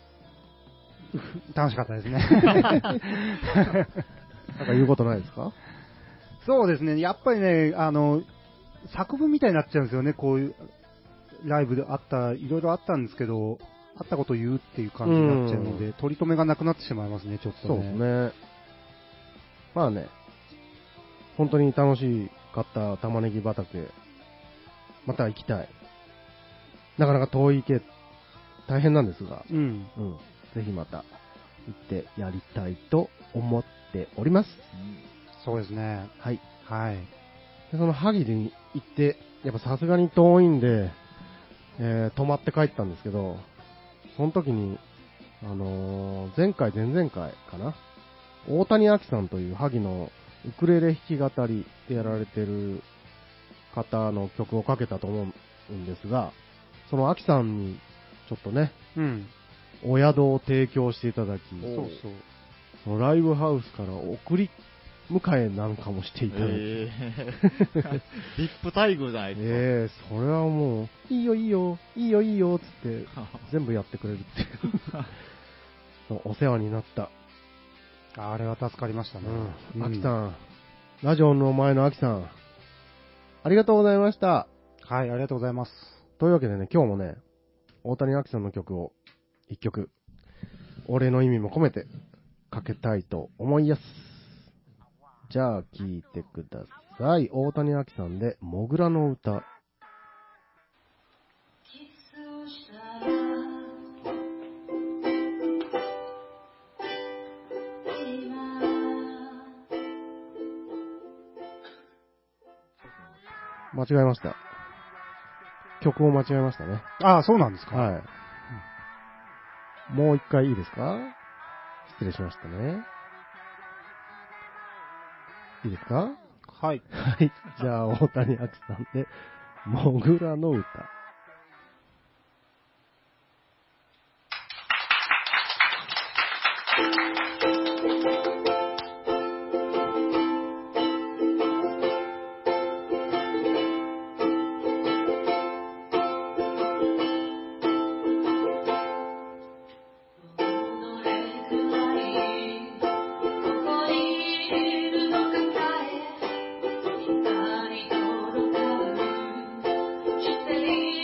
楽しかったですね。 なんか言うことないですか？ そうですね、やっぱりね、あの、作文みたいになっちゃうんですよね、こういう、ライブであった、いろいろあったんですけど、あったことを言うっていう感じになっちゃうので、 うん取り留めがなくなってしまいますね、ちょっとね。 そうですね。まあね、本当に楽しかった玉ねぎ畑、また行きたい。なかなか遠い行け、大変なんですが、 うん。 うん、ぜひまた行ってやりたいと思っております。 そうですね。 はい。 はい。 でその萩に行って、やっぱさすがに遠いんで、えー泊まって帰ったんですけど、その時に、あのー前回、前々回かな、大谷明さんという萩のウクレレ弾き語りでやられてる方の曲をかけたと思うんですが、その明さんにちょっとね、 うん。 お宿を提供していただき、 そうそう。 そのライブハウスから送り迎えなんかもしていただき、 えー、ビップ待遇じゃないですか。 ええそれはもう、いいよいいよ、いいよいいよ、つって、全部やってくれるっていうお世話になった。 あれは助かりましたね。 うん。アキん。 さん、ラジオの前のアキさん、ありがとうございました。 はい、ありがとうございます。 というわけでね、今日もね、大谷アキさんの曲を一曲、お礼の意味も込めてかけたいと思います。じゃあ、聴いてください。大谷アキさんで、モグラの歌。間違えました。曲を間違えましたね。 ああ、そうなんですか。 はい。もう一回いいですか？失礼しましたね。いいですか？ はい。 はい。じゃあ、大谷明さんで、モグラの歌。 「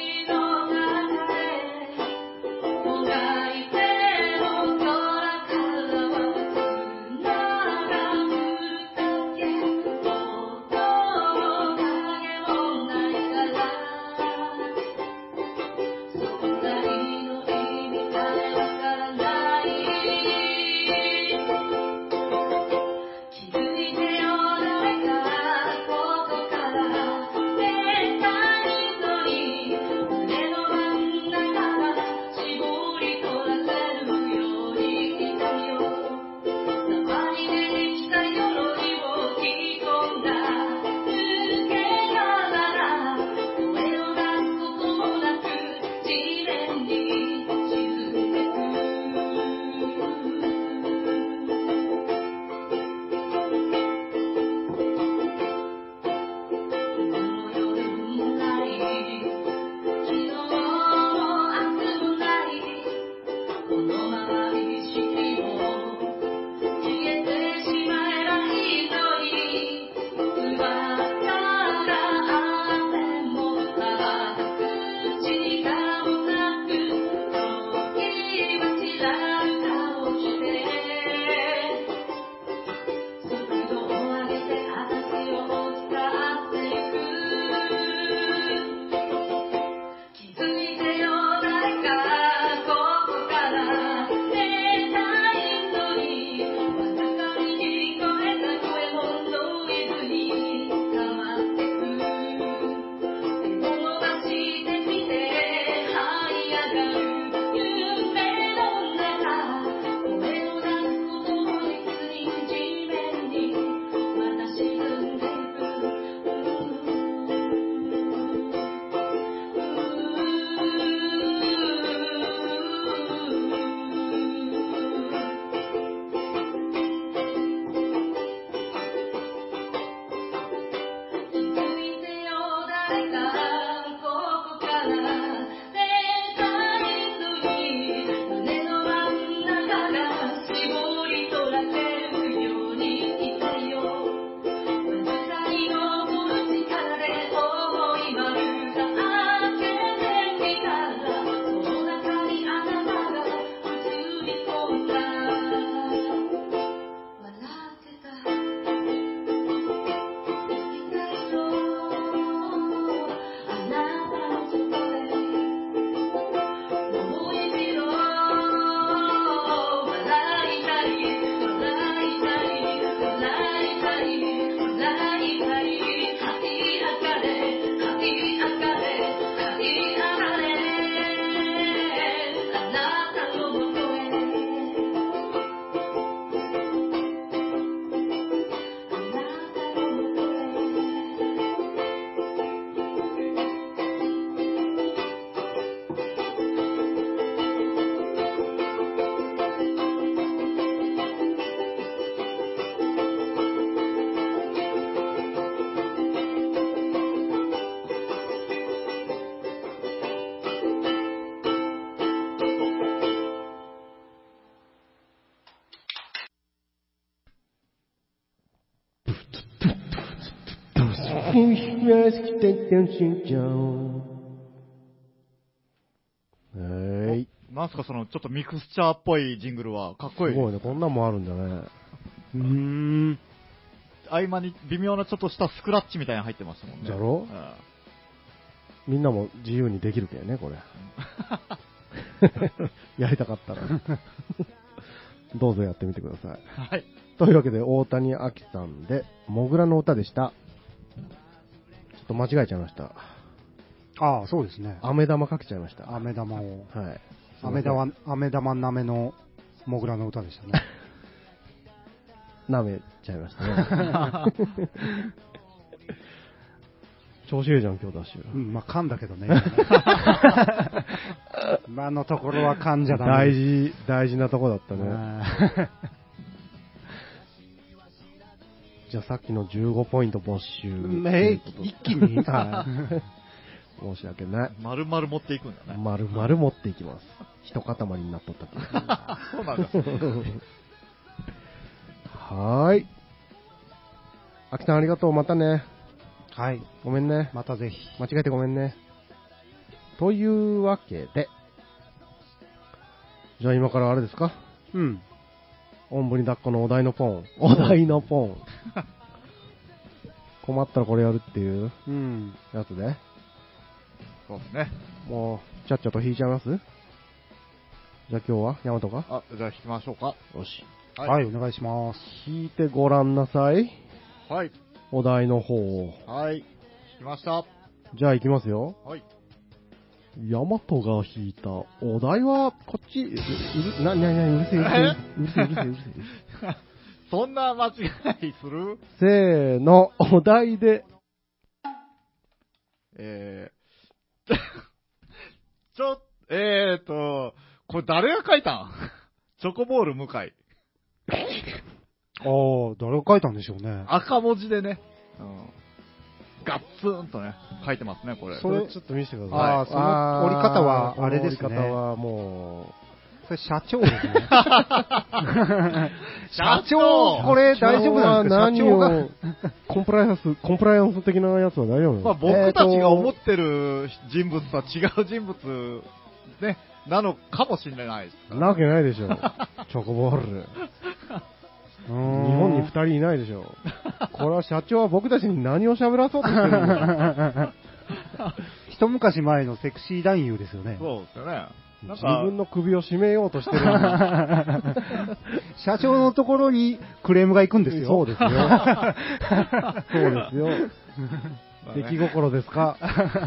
はい。 なんすかその、ちょっとミクスチャーっぽいジングルは、かっこいい。 すごいね、こんなんもあるんだね。 うーん。 合間に微妙なちょっとしたスクラッチみたいなの入ってましたもんね。 だろ、うん、みんなも自由にできるけどね、これ。やりたかったら。どうぞやってみてください。 はい。 というわけで、大谷明さんで、モグラの歌でした。ちょっと間違えちゃいました。 ああ、そうですね。 飴玉かけちゃいました。 飴玉を。 はい。 飴玉、飴玉なめのモグラの歌でしたね。 舐めちゃいましたね。調子いいじゃん、今日ダッシュ。 うん、まあ噛んだけどね。今のところは噛んじゃダメ。 大事、大事なとこだったね。じゃあさっきのじゅうごポイント没収。 え、一気に申し訳ない。 丸々持っていくんだね。 丸々持っていきます。一塊になっとったけど。 そうなんだ。 はーい。あきさんありがとう。またね。 はい。 ごめんね。 またぜひ。 間違えてごめんね。というわけで。じゃあ今からあれですか？ うん。 おんぶに抱っこのお題のポン。お題のポン。困ったらこれやるっていうやつで。うん、 そうですね。 もう、ちゃっちゃと引いちゃいます？じゃあ今日はヤマトか？ あ、じゃあ引きましょうか。 よし。 はい、はい、お願いします。 引いてごらんなさい。 はい。 お題の方を。 はい。引きました。 じゃあ行きますよ。 はい。 ヤマトが引いたお題は、こっち、うる、な、な、な、うるせえ、うるせえ、うるせえ、うるせえ、うるせえ。 そんな間違いする？ せーの、お題で。 えー、ちょ、えーと、これ誰が書いたん？チョコボール向井。ああ、誰が書いたんでしょうね。 赤文字でね。うん。ガッツンとね、書いてますね、これ。 それちょっと見せてください。 ああ、その折り方は、あれですね。 折り方はもう、それ社長ですね。社長これ大丈夫なんですか？社長が。 コンプライアンス、コンプライアンス的なやつは大丈夫？ まあ僕たちが思ってる人物とは違う人物、ね、なのかもしれないですなわけないでしょ。チョコボール。日本に二人いないでしょ。これは社長は僕たちに何を喋らそうとしてるんだ。 一昔前のセクシー男優ですよね。 そうですよね。 自分の首を絞めようとしてる。 社長のところにクレームが行くんですよ。 そうですよ。そうですよ。出来心ですか。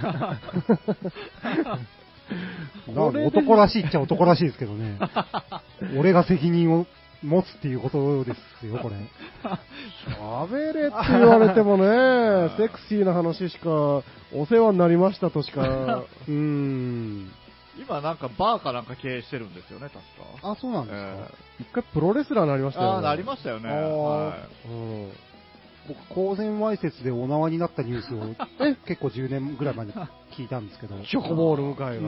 男らしいっちゃ男らしいですけどね。俺が責任を持つっていうことですよ、これ。 喋れって言われてもね、セクシーな話しか、お世話になりましたとしか、うーん。 今なんかバーかなんか経営してるんですよね、確か。 あ、そうなんですか。 えー、一回プロレスラーになりましたよね。 ああ、なりましたよね。はい、 うん、僕、公然わいせつでお縄になったニュースをえ結構じゅうねんぐらい前に聞いたんですけど。 チョコボール向井が、うん、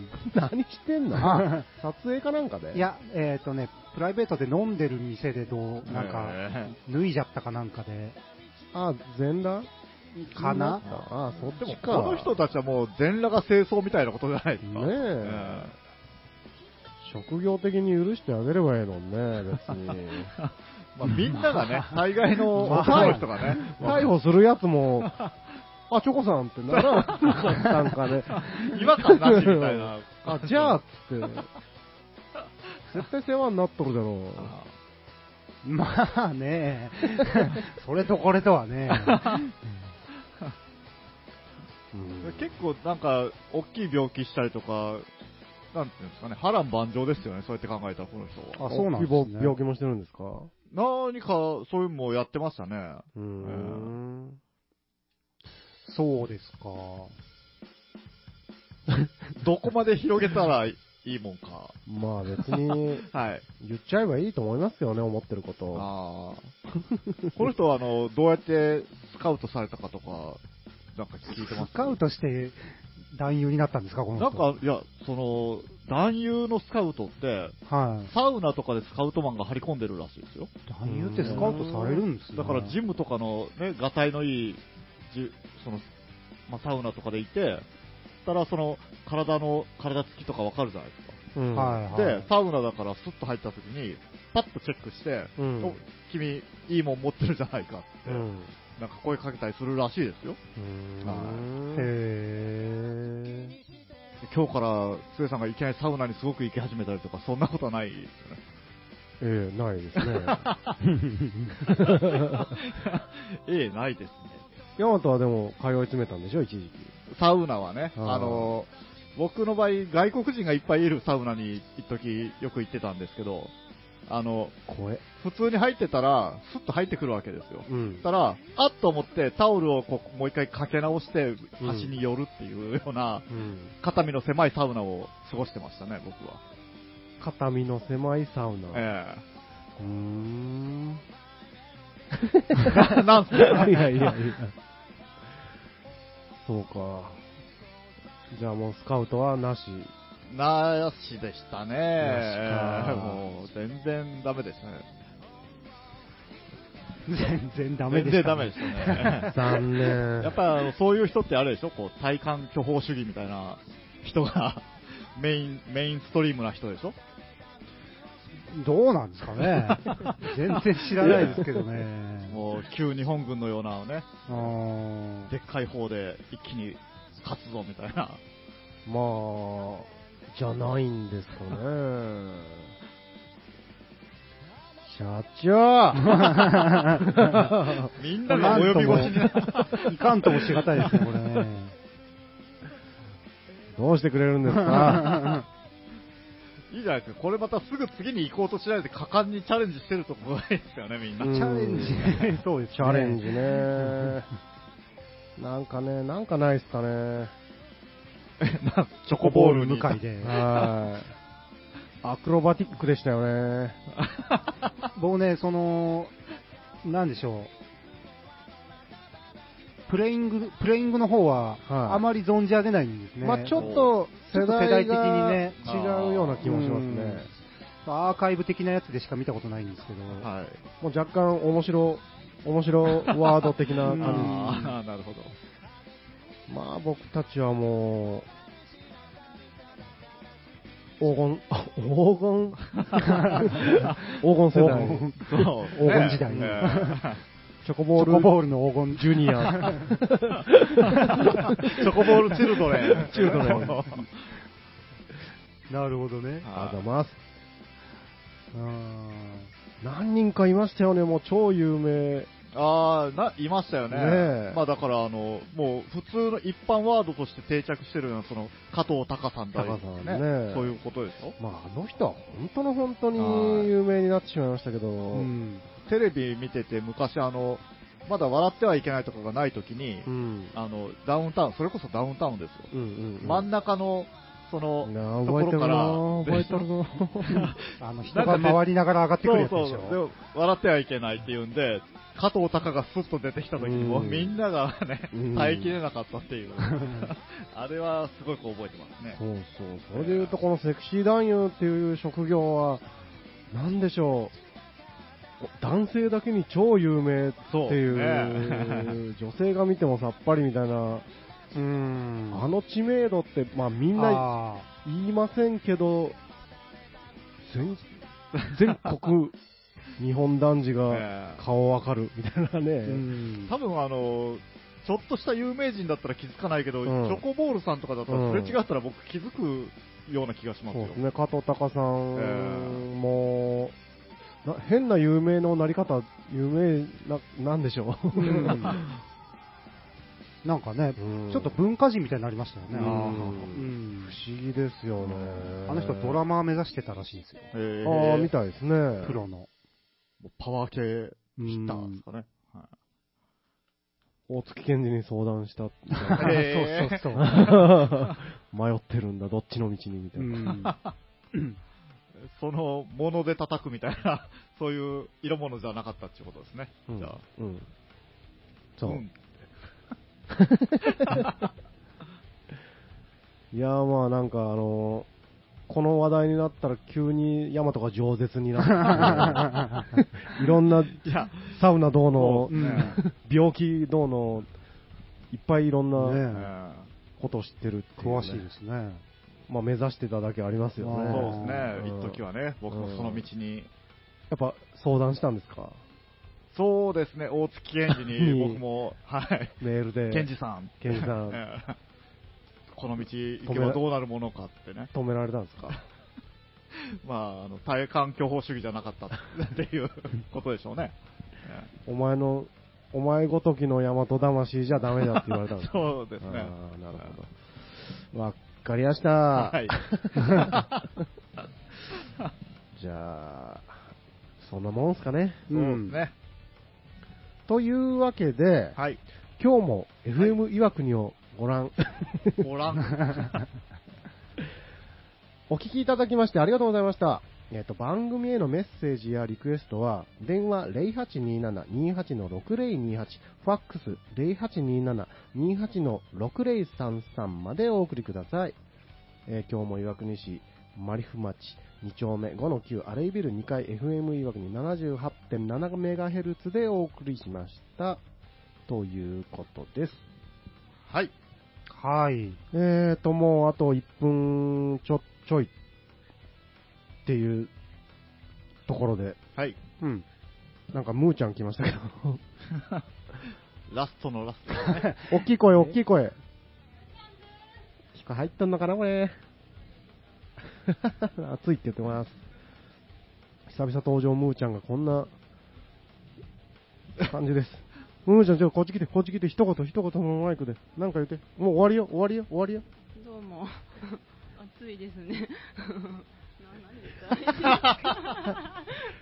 何してんの？撮影かなんかで？ いや、えっ、ー、とね、プライベートで飲んでる店でどう、なんか、脱いじゃったかなんかで。 あ、全裸かな？ あ、そっちか。 でもこの人たちはもう全裸が清掃みたいなことじゃないですか。 ねえ。職業的に許してあげればいいのにね、別に。 まあみんながね、大概の男の人がね、 逮捕するやつも、あ、チョコさんってならなかったんかね。 違和感なしみたいな。 あ、じゃあ、つって。絶対世話になっとるだろう。まあね、それとこれとはね。 うん、結構なんか、大きい病気したりとか、なんていうんですかね、波乱万丈ですよね、そうやって考えたら、この人は。あ、そうなんですね。 病気もしてるんですか？ 何か、そういうのもやってましたね。 うーん、 えー、そうですか。 どこまで広げたらいいもんか。 まあ別に、はい、言っちゃえばいいと思いますよね、思ってること。 あこの人はあの、どうやってスカウトされたかとか、なんか聞いてます？ スカウトして男優になったんですか、この人。 なんか、いや、その、 男優のスカウトって、 はい。 サウナとかでスカウトマンが張り込んでるらしいですよ。 男優ってスカウトされるんですね。 だからジムとかのね、がたいのいい、じその、まあ、サウナとかでいて、たらその、体の、体つきとかわかるじゃないですか。 うん。 はいはい。 で、サウナだからスッと入った時に、パッとチェックして、 うんお君、いいもん持ってるじゃないかって、 うん。 なんか声かけたりするらしいですよ。 うーん。 へ今日から、つえさんがいきなりサウナにすごく行き始めたりとか、そんなことはないですよね。 ええ、ないですね。 ええ、ないですね。 ヤマトはでも通い詰めたんでしょ、一時期。 サウナはね、 あーあの、僕の場合、外国人がいっぱいいるサウナに一時よく行ってたんですけど、あの、 声。 普通に入ってたら、スッと入ってくるわけですよ。 うんそしたら、あっと思ってタオルをこうもう一回かけ直して、端に寄るっていうような、 うん。 肩身の狭いサウナを過ごしてましたね、僕は。 肩身の狭いサウナ。 えうーん。 えなんすかいやいやいや。そうか。じゃあもうスカウトはなし。 なしでしたね。 なしかもう、全然ダメでしたね。 全然ダメでした、 全然ダメでしたね。 残念。 やっぱそういう人ってあれでしょ、こう体感巨峰主義みたいな人がメイン、メインストリームな人でしょ。 どうなんですかね。全然知らないですけどね。 もう旧日本軍のようなね、 あーでっかい方で一気に勝つぞみたいな。 まあ、じゃないんですかね。社長みんながお呼び越しにないかんともしがたいですね、これね。 どうしてくれるんですかいいじゃないですか。これまたすぐ次に行こうとしないで果敢にチャレンジしてるとこがいいですよね、みんな。 うんチャレンジ、そうですね。 チャレンジね。なんかね、なんかないっすかね。 なチョコボールに向かいで。 はい。アクロバティックでしたよね。 僕ね、その、なんでしょう。プレイング、プレイングの方は、 はいあまり存じ上げないんですね。 まあちょっと世代世代的にがね違うような気もしますね。 アーカイブ的なやつでしか見たことないんですけど。 はい。 もう若干面白、面白ワード的なうん感ああ、なるほど。 じ。まあ僕たちはもう、黄金、あ黄金黄金世代。 そう。 黄金時代ねえチョコボールチョコボールの黄金ジュニア。 チョコボールチルドレン。 チルドレン。 なるほどね。 ありがとうございます。 うん何人かいましたよね、もう超有名。 ああ、な、いましたよね。 ねえまあだから、あの、もう普通の一般ワードとして定着してるような、その、加藤隆さんだり隆さんねそういうことでしょ。 まああの人は本当の本当に有名になってしまいましたけど、 うんテレビ見てて、昔あの、まだ笑ってはいけないとかがないときに、 うん。 あの、ダウンタウン、それこそダウンタウンですよ。 うんうんうん。 真ん中の、その、 なあところか覚えてるなら、 覚えてるなあの人が回りながら上がってくるやつでしょ。 そうそう。でも、笑ってはいけないっていうんで、加藤隆がスッと出てきた時にもううんみんながねうん、 耐えきれなかったっていう。あれはすごく覚えてますね。 そうそう。それで言うと、このセクシー男優っていう職業は、なんでしょう。男性だけに超有名ってそういねう、女性が見てもさっぱりみたいな、 うんあの知名度って、まあみんなあ言いませんけど、全全国日本男児がええ顔わかるみたいなーうね。 ん多分あの、ちょっとした有名人だったら気づかないけど、 うんチョコボールさんとかだったらうんすれ違ったら僕気づくような気がしますよ。 そうですね、加藤隆さんえも、な変な有名のなり方、有名な、なんでしょう。 うんなんかね、 うんちょっと文化人みたいになりましたよね。 うんうん不思議ですよね。 あの人ドラマー目指してたらしいですよ。 えーああ、みたいですね。 プロの。 パワー系ヒッターですかね。はい大月健二に相談したみたいな。 へーそうそうそう。 迷ってるんだ、どっちの道にみたいな。 うんその、もので叩くみたいな、そういう色物じゃなかったっていうことですね。 うんじゃあ。 うん。そう。 んいやーまあなんかあのーこの話題になったら急にヤマトが饒舌になっていろんなサウナどうの、 ね、 病気どうのいっぱいいろんなねことを知ってるっていう、ね、 詳しいですね。 まあ目指してただけありますよね。 そうですね、 うん一時はね、僕もその道に。 やっぱ相談したんですか？ そうですね、大月健二に僕も、はい、 メールで。 健二さん。 健二さん。 この道行けばどうなるものかってね。 止められたんですか？ まあ、あの、大環境法主義じゃなかったっていうことでしょうね。 お前の、お前ごときの大和魂じゃダメだって言われたんですか？ そうですね。 ああ、なるほど。わかりました。 はい。 じゃあ、そんなもんすかね。 そうですね。 というわけで、 はい、 今日も エフエム 岩国をご覧、 ご覧お聞きいただきましてありがとうございました。えっと、番組へのメッセージやリクエストは、電話 ゼロはちにーなな にーはち ろくゼロにーはち、ファックス ゼロはちにーなな にーはち ろくゼロさんさんまでお送りください。えー、今日も岩国市マリフ町に丁目 ごのきゅう アレイビルにかい エフエム 岩国 ななじゅうはちてんななメガヘルツ でお送りしましたということです。 はい。 はい。 えーと、もうあといっぷんちょ、ちょいっていうところで、 はい。 うん。なんかムーちゃん来ましたけど。 ラストのラスト、ね。 大きい声、大きい声。聞こ入ったのかな、これ。熱いって言ってます。久々登場ムーちゃんがこんな感じです。ムーちゃん、ちょ、こっち来て、こっち来て、一言、一言のマイクで。なんか言って。もう終わりよ、終わりよ、終わりよ。 どうも。暑いですね。何ですか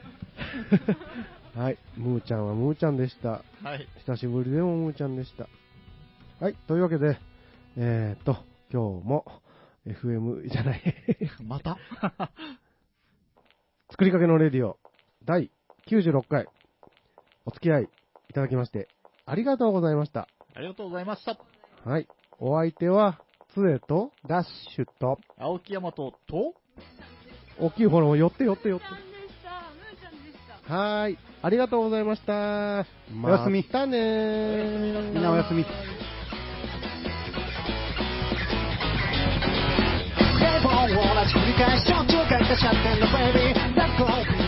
はい、ムーちゃんはムーちゃんでした。 はい。 久しぶりでもムーちゃんでした。はい、というわけで、えーっと、今日も エフエム じゃない。 また作りかけのレディオだいきゅうじゅうろっかい、お付き合いいただきましてありがとうございました。 ありがとうございました。 はい、お相手はつえとダッシュと青木大和と、 大きい方の寄って寄って寄って。はーい、ありがとうございました。 おやすみ。 またねー。 みんなおやすみ。 同じ繰り返ししょっちゅう書いたシャッテンのベイビー